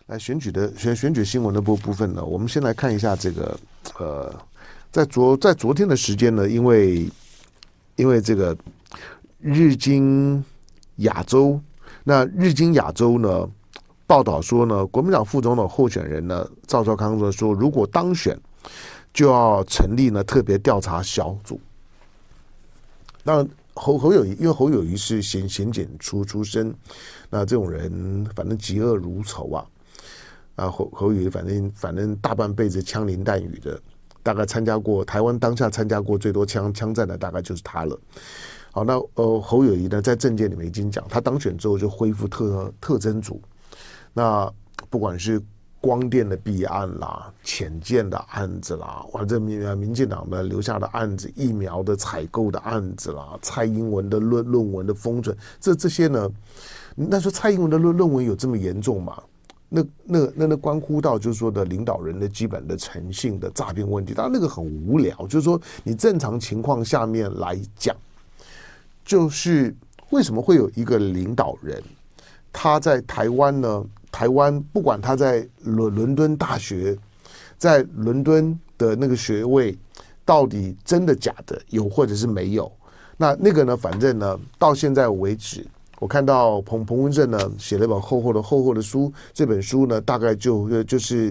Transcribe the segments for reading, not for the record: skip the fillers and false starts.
来选举新闻的部分呢，我们先来看一下这个在昨天的时间呢，因为这个日经亚洲，那日经亚洲呢报道说呢，国民党副总统候选人呢赵少康说，如果当选，就要成立呢特别调查小组。那侯友宜，因为侯友宜是刑检出身，那这种人反正嫉恶如仇啊，侯友宜反正大半辈子枪林弹雨的，大概台湾当下参加过最多枪战的大概就是他了。好，那侯友宜呢在政见里面已经讲，他当选之后就恢复特侦组，那不管是光电的弊案啦、潜舰的案子啦，或者民进党的留下的案子、疫苗的采购的案子啦、蔡英文的论文的封存，这些呢，那说蔡英文的论文有这么严重吗？那关乎到就是说的领导人的基本的诚信的诈骗问题，当然那个很无聊。就是说你正常情况下面来讲，就是为什么会有一个领导人，他在台湾呢？台湾不管他在伦敦大学，在伦敦的那个学位到底真的假的，有或者是没有？那个呢，反正呢，到现在为止。我看到彭文正呢写了一本厚厚的书，这本书呢大概就是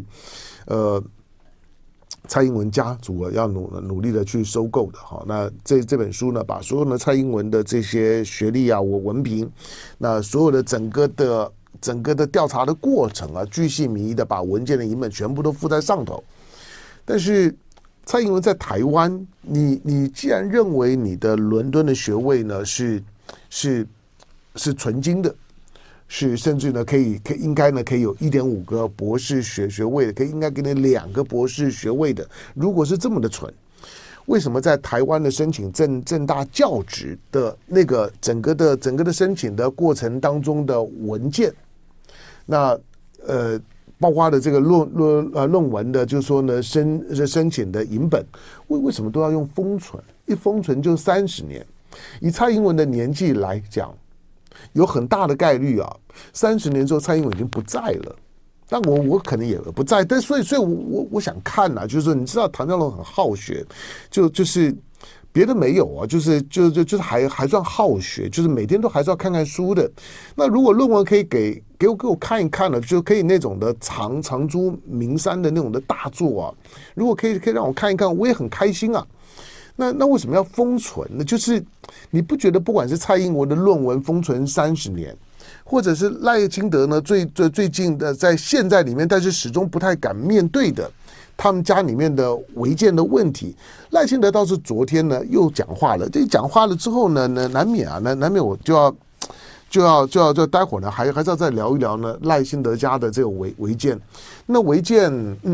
蔡英文家族要努力的去收购的哈。那这本书呢，把所有的蔡英文的这些学历啊、文凭，那所有的整个的调查的过程啊，巨细靡遗的把文件的影本全部都附在上头。但是蔡英文在台湾，你既然认为你的伦敦的学位呢是纯金的，是甚至呢应该呢可以有 1.5 个博士学位的，应该给你2个博士学位的。如果是这么的蠢，为什么在台湾的申请政大教职的那个整个的申请的过程当中的文件，那包括的这个论文的，就是说呢申请的影本，为什么都要用封存？一封存就30年。以蔡英文的年纪来讲，有很大的概率啊，30年之后蔡英文已经不在了。但我可能也不在，但所以我想看啊，就是说你知道唐湘龙很好学，就是别的没有啊，就是还算好学，就是每天都还是要看书的。那如果论文可以给我看一看了，就可以那种的长出名山的那种的大作啊，如果可以让我看一看，我也很开心啊。那为什么要封存呢？就是你不觉得不管是蔡英文的论文封存30年，或者是赖清德呢最近的在现在里面，但是始终不太敢面对的他们家里面的违建的问题，赖清德倒是昨天呢又讲话了。这讲话了之后呢，难免我就要待会儿呢还是要再聊一聊呢赖清德家的这个违建。那违建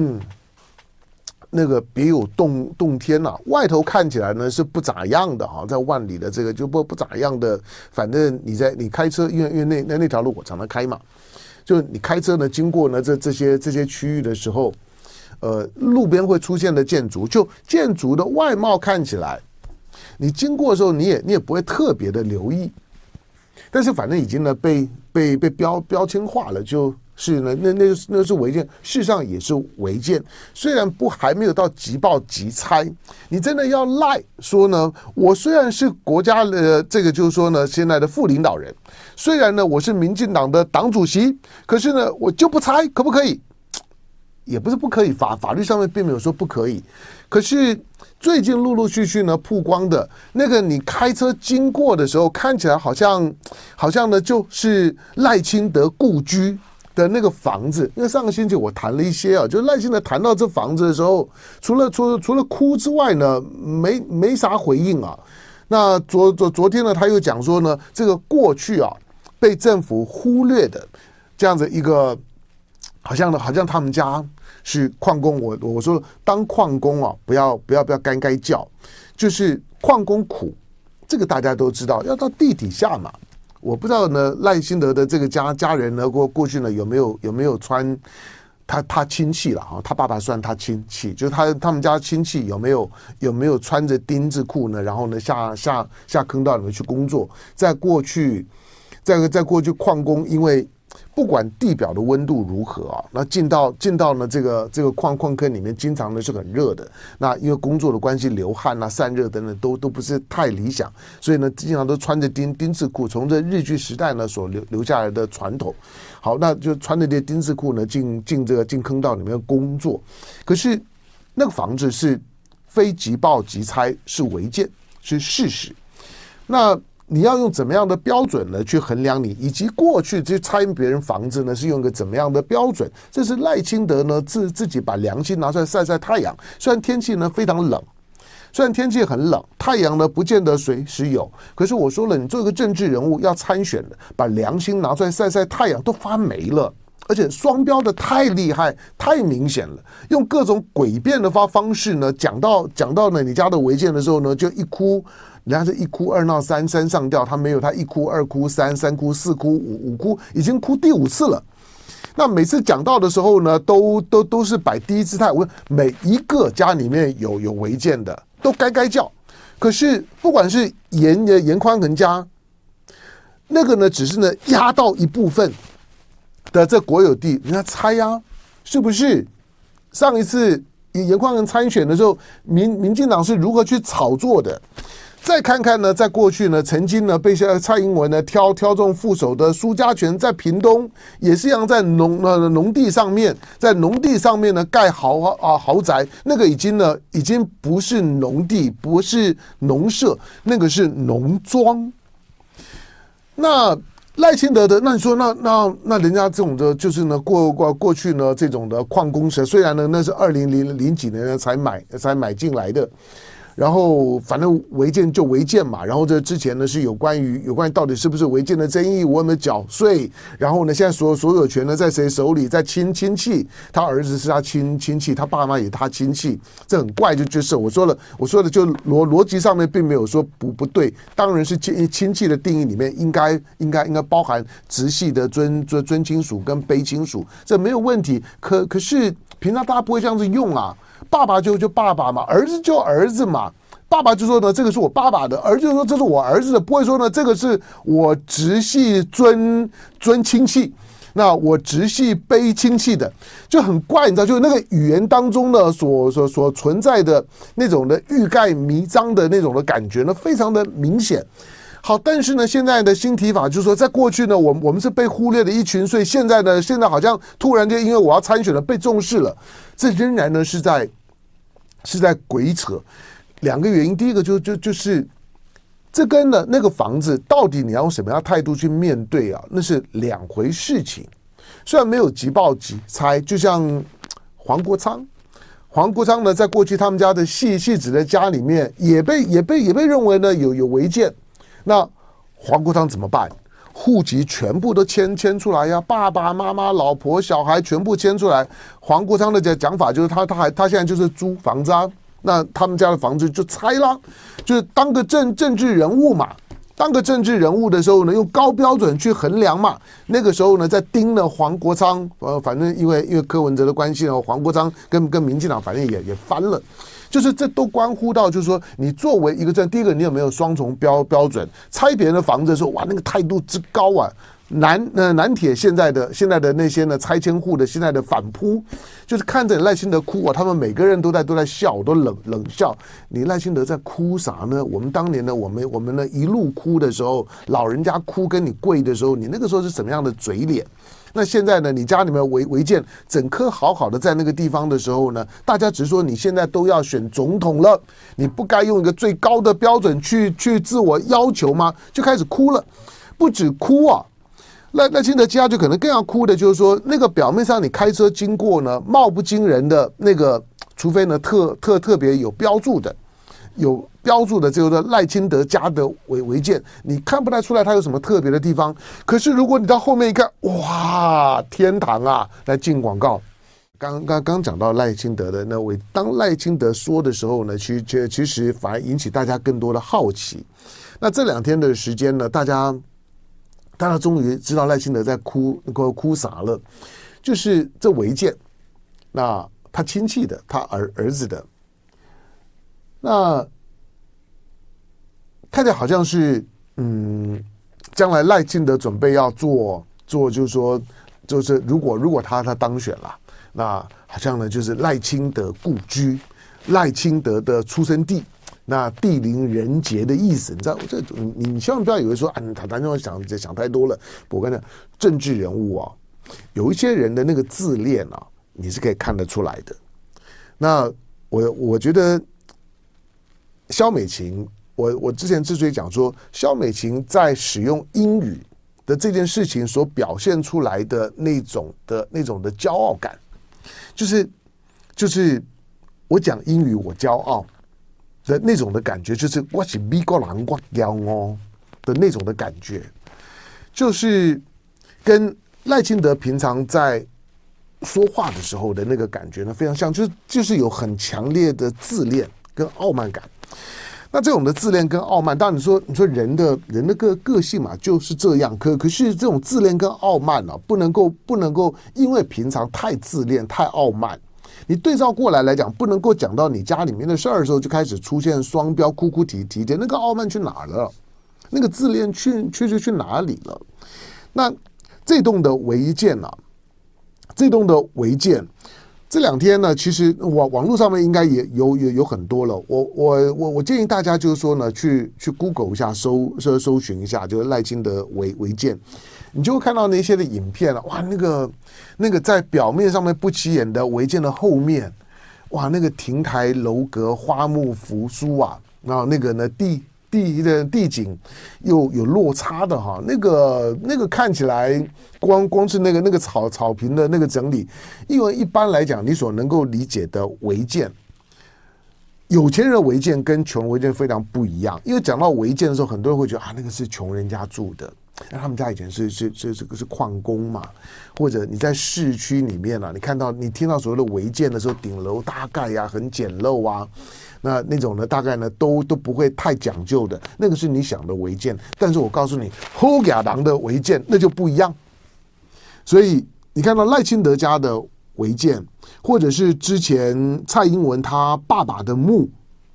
那个别有洞天啊，外头看起来呢是不咋样的哈，在万里的这个就不咋样的，反正你开车，因为那条路我常常开嘛，就你开车呢经过呢这些区域的时候，路边会出现的建筑，就建筑的外貌看起来，你经过的时候你也不会特别的留意，但是反正已经呢被标签化了，就是呢，那是违建，事实上也是违建。虽然还没有到即报即拆，你真的要赖说呢，我虽然是国家的这个就是说呢，现在的副领导人，虽然呢我是民进党的党主席，可是呢我就不拆，可不可以？也不是不可以，法律上面并没有说不可以。可是最近陆续呢曝光的那个，你开车经过的时候，看起来好像呢就是赖清德故居的那个房子。因为上个星期我谈了一些啊，就赖清德谈到这房子的时候，除了哭之外呢，没啥回应啊。那昨天呢，他又讲说呢，这个过去啊被政府忽略的这样子一个，好像他们家是矿工。我说当矿工啊，不要该叫，就是矿工苦，这个大家都知道，要到地底下嘛。我不知道呢，赖清德的这个家人呢，过去呢有没有穿他亲戚了哈？他爸爸算他亲戚，就是他们家亲戚有没有穿着丁字裤呢？然后呢下坑道里面去工作？在过去在过去矿工因为不管地表的温度如何啊，那进到呢这个矿坑里面，经常呢是很热的。那因为工作的关系，流汗啊、散热等等都不是太理想，所以呢经常都穿着丁字裤，从这日据时代呢所留下来的传统。好，那就穿着这些丁字裤呢进坑道里面工作。可是那个房子是非即报即拆，是违建，是事实。那你要用怎么样的标准呢去衡量你，以及过去去拆别人房子呢是用一个怎么样的标准？这是赖清德呢自己把良心拿出来晒太阳。虽然天气呢非常冷，虽然天气很冷，太阳呢不见得随时有，可是我说了，你做一个政治人物要参选的，把良心拿出来晒太阳都发霉了。而且双标的太厉害，太明显了，用各种诡辩的方式呢，讲到呢你家的违建的时候呢，就一哭，人家是一哭二闹三上吊，他没有，他一哭二哭三哭四哭五哭，已经哭第5次了。那每次讲到的时候呢，都是摆第一姿态。我每一个家里面有违建的，都该叫。可是不管是严宽恒家，那个呢，只是呢压到一部分的这国有地，人家猜啊，是不是？上一次严宽恒参选的时候，民进党是如何去炒作的？再看看呢，在过去呢，曾经呢被蔡英文呢挑中副手的苏家全，在屏东也是一样，在农地上面，呢盖豪宅，那个已经不是农地，不是农舍，那个是农庄。那赖清德的，那你说那人家这种的，就是呢过去呢这种的矿工社，虽然呢那是2000几年才买进来的。然后反正违建就违建嘛，然后这之前呢是有关于到底是不是违建的争议，我有没有缴税，然后呢现在所有权呢在谁手里，在亲戚，他儿子是他亲戚，他爸妈也他亲戚，这很怪，就是我说的就逻辑上面并没有说不对，当然是亲戚的定义里面应该包含直系的尊亲属跟卑亲属，这没有问题，可是平常大家不会这样子用啊。爸爸就爸爸嘛，儿子就儿子嘛。爸爸就说呢，这个是我爸爸的；儿子就说这是我儿子的，不会说呢，这个是我直系尊亲戚，那我直系卑亲戚的，就很怪，你知道，就是那个语言当中呢所存在的那种的欲盖弥彰的那种的感觉呢，非常的明显。好，但是呢，现在的新提法就是说，在过去呢，我们是被忽略的一群，所以现在好像突然间，因为我要参选了，被重视了。这仍然呢是在鬼扯。2个原因，第一个就是这跟呢那个房子到底你要用什么样的态度去面对啊，那是2回事情。虽然没有即报即拆，就像黄国昌呢，在过去他们家的戏子的家里面也被认为呢有违建。那黄国昌怎么办？户籍全部都迁出来呀，爸爸妈妈、老婆、小孩全部迁出来。黄国昌的讲法就是他现在就是租房子啊，那他们家的房子就拆了，就是当个政治人物嘛。当个政治人物的时候呢，用高标准去衡量嘛。那个时候呢，在盯了黄国昌，反正因为柯文哲的关系呢，黄国昌跟民进党反正也翻了。就是这都关乎到，就是说你作为一个第一个你有没有双重标准？拆别人的房子的时候，哇，那个态度之高啊！南铁现在的那些呢拆迁户的现在的反扑，就是看着赖清德哭啊，他们每个人都在笑，我都冷笑。你赖清德在哭啥呢？我们当年呢，我们呢一路哭的时候，老人家哭跟你跪的时候，你那个时候是什么样的嘴脸？那现在呢，你家里面违建整颗好好的在那个地方的时候呢，大家只是说你现在都要选总统了，你不该用一个最高的标准去自我要求吗？就开始哭了，不止哭啊。赖清德家就可能更要哭的，就是说那个表面上你开车经过呢，貌不惊人的那个，除非呢特别有标注的，这个赖清德家的违建，你看不太出来它有什么特别的地方。可是如果你到后面一看，哇，天堂啊！来进广告。刚讲到赖清德的那位，当赖清德说的时候呢，其实反而引起大家更多的好奇。那这2天的时间呢，大家终于知道赖清德在哭啥了，就是这违建，那他亲戚的，他儿子的，那看起来好像是将来赖清德准备要做，就是说，就是如果他当选了，那好像呢就是赖清德故居，赖清德的出生地。那地灵人杰的意思，你知道这你千万不要以为说啊，他就想太多了。我跟你讲，政治人物啊，有一些人的那个自恋啊，你是可以看得出来的。那我觉得萧美琴，我之前之所以讲说萧美琴在使用英语的这件事情所表现出来的那种的骄傲感，就是我讲英语我骄傲。的那种的感觉，就是我是美国人，我骄傲的那种的感觉，就是跟赖清德平常在说话的时候的那个感觉呢，非常像，就是有很强烈的自恋跟傲慢感。那这种的自恋跟傲慢，当然你说人的个性嘛就是这样，可是这种自恋跟傲慢啊，不能够因为平常太自恋太傲慢。你对照过来讲，不能够讲到你家里面的事儿的时候就开始出现双标、哭哭啼啼的，那个傲慢去哪了？那个自恋去哪里了？那这栋的违建啊，这栋的违建，这两天呢，其实网络上面应该也有很多了。我建议大家就是说呢，去 Google 一下，搜寻一下，就是赖清德违建。你就会看到那些的影片了，哇，那个在表面上面不起眼的违建的后面，哇，那个亭台楼阁、花木扶疏啊，然后那个呢地景又有落差的哈，那个看起来光是那个草坪的那个整理，因为一般来讲你所能够理解的违建。有钱人违建跟穷人违建非常不一样，因为讲到违建的时候，很多人会觉得啊，那个是穷人家住的。那他们家以前是矿工嘛，或者你在市区里面啊，你听到所谓的违建的时候，顶楼大概呀很简陋啊，那种呢大概呢都不会太讲究的，那个是你想的违建。但是我告诉你，后亚郎的违建那就不一样。所以你看到赖清德家的违建，或者是之前蔡英文他爸爸的墓，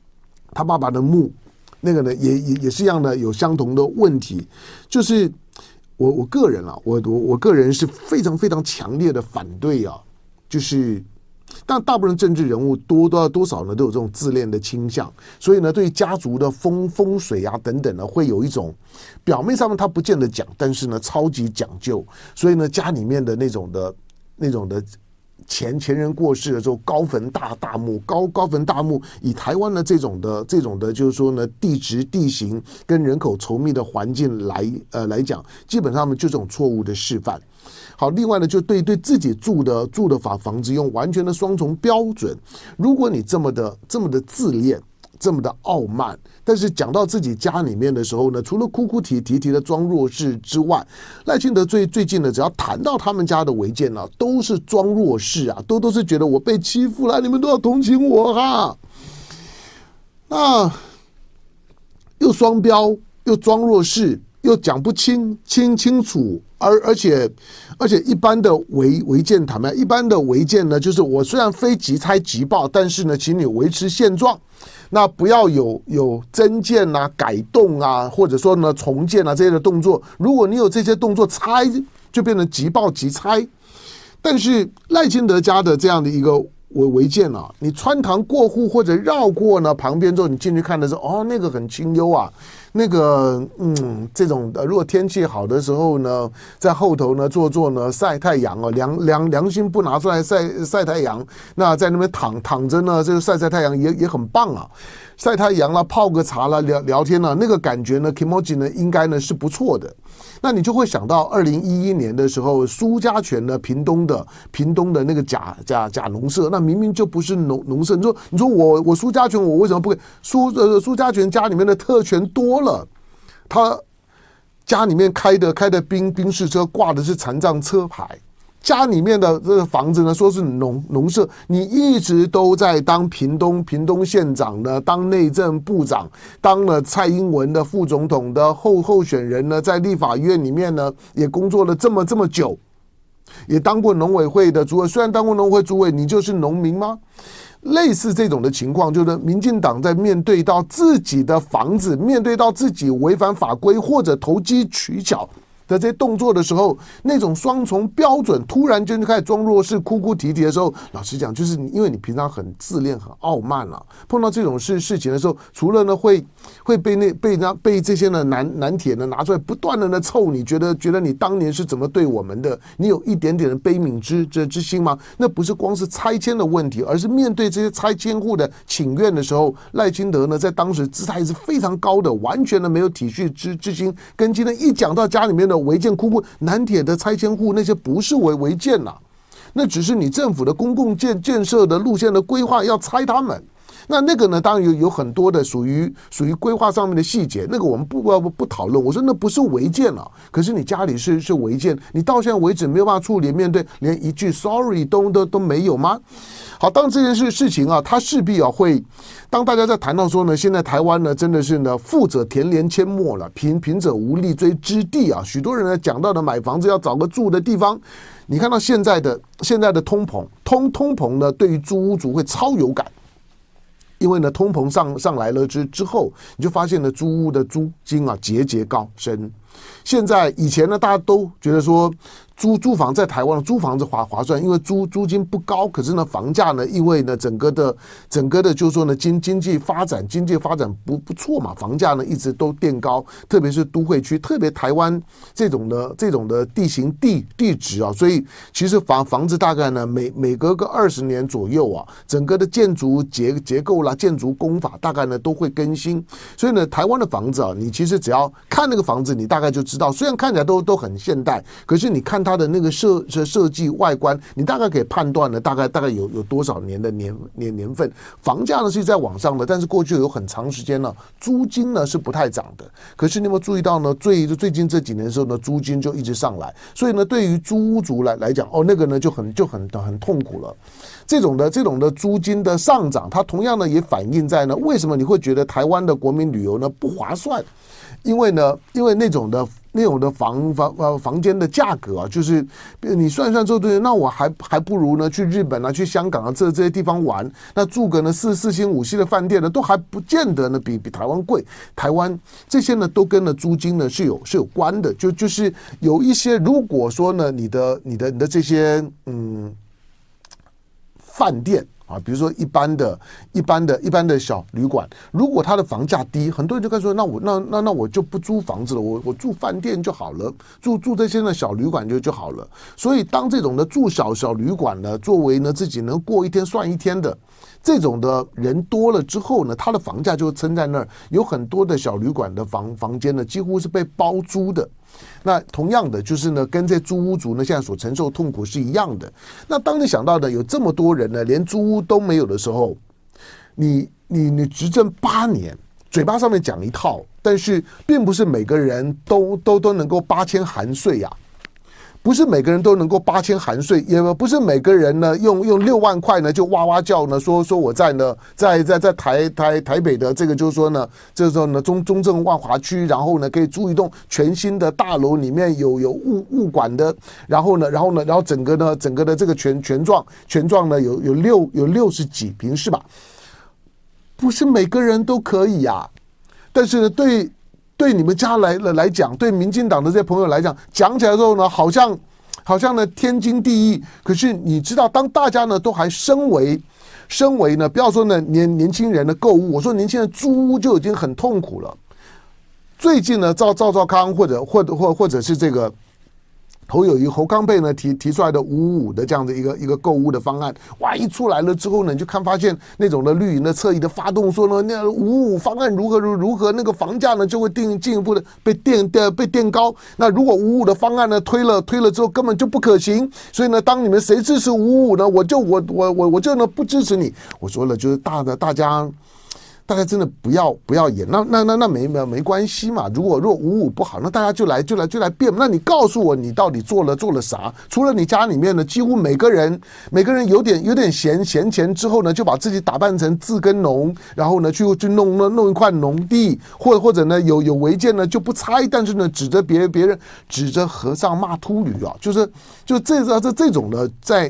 那个呢也是一样的，有相同的问题。就是我个人啊，我个人是非常非常强烈的反对啊，就是但大部分政治人物多少呢都有这种自恋的倾向，所以呢对家族的风水啊等等呢，会有一种表面上面他不见得讲，但是呢超级讲究，所以呢家里面的那种的前人过世的时候，高坟大墓，高坟大墓，以台湾的这种的，就是说呢，地质地形跟人口稠密的环境来讲，基本上就这种错误的示范。好，另外呢，就对自己住的房子用完全的双重标准。如果你这么的自恋，这么的傲慢，但是讲到自己家里面的时候呢，除了哭哭啼啼的装弱势之外，赖清德最近呢，只要谈到他们家的违建呢，都是装弱势啊，都是觉得我被欺负了，你们都要同情我哈。那又双标，又装弱势，又讲不清楚，而且一般的违建，坦白，一般的违建呢，就是我虽然非即拆即爆，但是呢，请你维持现状。那不要有增建啊、改动啊，或者说呢重建啊这些的动作。如果你有这些动作，拆就变成即爆即拆。但是赖清德家的这样的一个违建啊，你穿堂过户或者绕过呢旁边之后，你进去看的时候，哦，那个很清幽啊。那个这种如果天气好的时候呢，在后头呢坐呢晒太阳哦，良心不拿出来晒太阳，那在那边躺着呢，这个晒太阳也很棒啊，晒太阳啦，泡个茶啦，聊天啦，那个感觉呢 ，Kimoji 呢应该呢是不错的。那你就会想到2011年的时候，苏家全呢，屏东的那个假农舍，那明明就不是农舍。你说我苏家全，我为什么不给苏家全家里面的特权多了？他家里面开的宾士车，挂的是残障车牌。家里面的这个房子呢，说是农舍，你一直都在当屏东县长呢，当内政部长，当了蔡英文的副总统的候选人呢，在立法院里面呢也工作了这么久，也当过农委会的主委。虽然当过农委会主委，你就是农民吗？ 类似这种的情况，就是民进党在面对到自己的房子，面对到自己违反法规或者投机取巧的这些动作的时候，那种双重标准突然就开始装弱势、哭哭啼啼的时候，老实讲，就是因为你平常很自恋、很傲慢啊，碰到这种事情的时候，除了呢会被这些呢南铁呢拿出来不断的呢凑你，觉得你当年是怎么对我们的，你有一点点的悲悯之心吗？那不是光是拆迁的问题，而是面对这些拆迁户的请愿的时候，赖清德呢在当时姿态是非常高的，完全的没有体恤之心，跟今天一讲到家里面的违建哭哭，南铁的拆迁户那些不是违建啊，那只是你政府的公共建设的路线的规划要拆他们。那个呢，当然有很多的属于规划上面的细节，那个我们不讨论。我说那不是违建啊，可是你家里是违建，你到现在为止没有办法处理，面对连一句 sorry 都没有吗？好，当这件事情啊，它势必会，当大家在谈到说呢，现在台湾呢真的是呢富者田连阡陌了，贫者无立锥之地啊。许多人呢讲到的买房子要找个住的地方，你看到现在的通膨呢，对于租屋族会超有感。因为呢，通膨上来了之后，你就发现呢，租屋的租金啊节高升。现在以前呢，大家都觉得说租房在台湾租房子划算，因为租金不高，可是呢房价呢，因为呢整个的就是说呢经济发展不错嘛，房价呢一直都垫高，特别是都会区，特别台湾这种的地形地质啊，所以其实房子大概呢每隔个20年左右啊，整个的建筑结构啦、建筑工法大概呢都会更新，所以呢台湾的房子啊，你其实只要看那个房子，你大概就知道，虽然看起来都很现代，可是你看它的那个设计外观，你大概可以判断呢，大概有多少年的年份。房价呢是在往上的，但是过去有很长时间呢，租金呢是不太涨的。可是你有没有注意到呢？最近这几年的时候呢，租金就一直上来，所以呢，对于租屋族来讲，那个呢就很痛苦了。这种的租金的上涨，它同样呢也反映在呢，为什么你会觉得台湾的国民旅游呢不划算？因为那种的房间的价格啊，就是你算之后，对，那我还不如呢去日本啊、去香港啊这些地方玩，那住个呢4星5星的饭店呢，都还不见得呢比台湾贵。台湾这些呢都跟呢租金呢是有关的，就是有一些，如果说呢你的这些饭店。啊，比如说一般的小旅馆，如果它的房价低，很多人就开始说，那我就不租房子了，我住饭店就好了，住这些呢小旅馆就好了。所以当这种的住小旅馆呢，作为呢自己能过一天算一天的这种的人多了之后呢，它的房价就撑在那儿，有很多的小旅馆的房间呢，几乎是被包租的。那同样的就是呢，跟这租屋族呢现在所承受痛苦是一样的。那当你想到的有这么多人呢，连租屋都没有的时候，你执政8年，嘴巴上面讲一套，但是并不是每个人都能够8000含税呀。不是每个人都能够8000含税，也不是每个人呢用6万块呢就哇哇叫呢说我在台北的这个就是说呢，这时候呢中正万华区，然后呢可以租一栋全新的大楼，里面有物管的，然后整个的这个全幢呢有60几坪是吧？不是每个人都可以啊，但是呢对你们家来讲，对民进党的这些朋友来讲，讲起来之后呢，好像呢天经地义。可是你知道，当大家呢都还身为呢，不要说呢年轻人的购物，我说年轻人租屋就已经很痛苦了。最近呢，赵康或者是这个。侯康沛呢提出来的555的这样的一个购物的方案，哇，一出来了之后呢，你就发现那种的绿营的侧翼的发动说呢，那555方案如何，那个房价呢就会进一步的被垫高。那如果555的方案呢推了之后根本就不可行，所以呢，当你们谁支持555呢，我就呢不支持你。我说了，就是大家真的不要演，那没关系嘛。如果55不好，那大家就来辩。那你告诉我，你到底做了啥？除了你家里面呢，几乎每个人有点闲钱之后呢，就把自己打扮成自耕农，然后呢去弄一块农地，或者呢有违建呢就不拆，但是呢指着别人指着和尚骂秃驴啊，就这种的在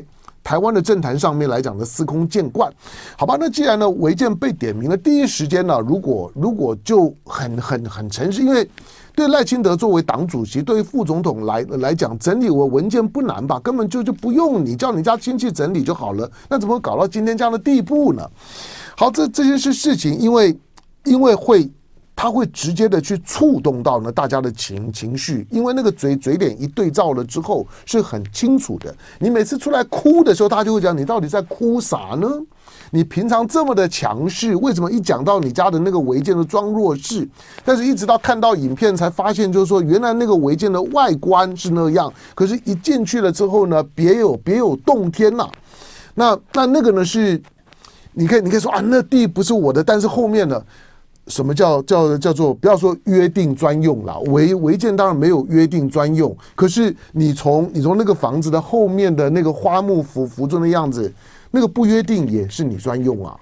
台湾的政坛上面来讲的司空见惯，好吧？那既然呢违建被点名了，第一时间呢，如果就很诚实，因为对赖清德作为党主席，对于副总统来讲，整理我文件不难吧？根本就不用你叫你家亲戚整理就好了，那怎么会搞到今天这样的地步呢？好，这些事情，因为它会直接的去触动到呢大家的情绪，因为那个嘴脸一对照了之后是很清楚的。你每次出来哭的时候，他就会讲你到底在哭啥呢？你平常这么的强势，为什么一讲到你家的那个违建的装弱势？但是一直到看到影片才发现，就是说原来那个违建的外观是那样，可是一进去了之后呢，别有洞天呐、那个呢是，你可以说啊，那地不是我的，但是后面呢？什么叫做不要说约定专用啦，违建当然没有约定专用，可是你从那个房子的后面的那个花木扶正的样子，那个不约定也是你专用啊。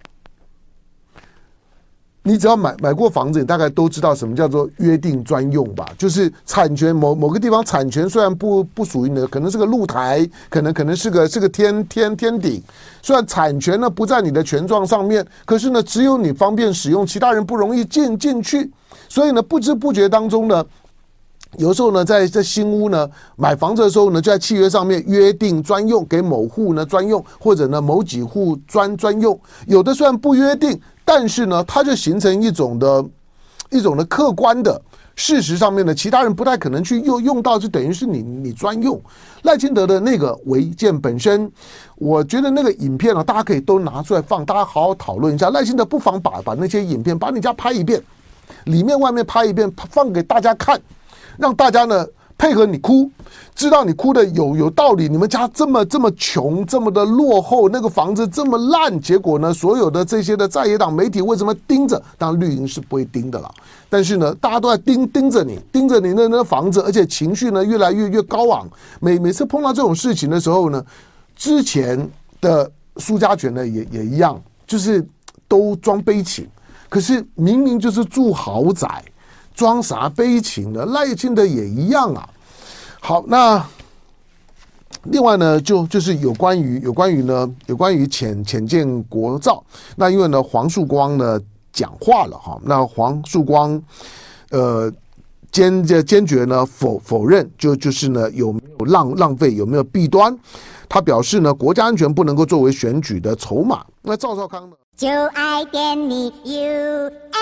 你只要买过房子，你大概都知道什么叫做约定专用吧？就是产权某个地方产权虽然不属于你的，可能是个露台，可能是个天顶，虽然产权呢不在你的权状上面，可是呢只有你方便使用，其他人不容易进去，所以呢不知不觉当中呢。有时候呢，在新屋呢买房子的时候呢，就在契约上面约定专用，给某户呢专用，或者呢某几户专用。有的虽然不约定，但是呢，它就形成一种的客观的事实上面呢，其他人不太可能去用到，就等于是你专用。赖清德的那个违建本身，我觉得那个影片大家可以都拿出来放，大家好好讨论一下。赖清德不妨把那些影片，把你家拍一遍，里面外面拍一遍，放给大家看。让大家呢配合你哭，知道你哭的有道理。你们家这么穷，这么的落后，那个房子这么烂，结果呢，所有的这些的在野党媒体为什么盯着？当然绿营是不会盯的啦，但是呢，大家都在盯着你的那房子，而且情绪呢越来越高昂。每次碰到这种事情的时候呢，之前的苏家全呢也一样，就是都装悲情，可是明明就是住豪宅。装啥悲情呢？赖清德也一样啊。好，那另外呢，就是有关于潜建国造。那因为呢，黄树光呢讲话了哈，那黄树光坚决呢否认，就是呢有没有浪费，有没有弊端？他表示呢，国家安全不能够作为选举的筹码。那赵少康呢？就爱点你 UFO。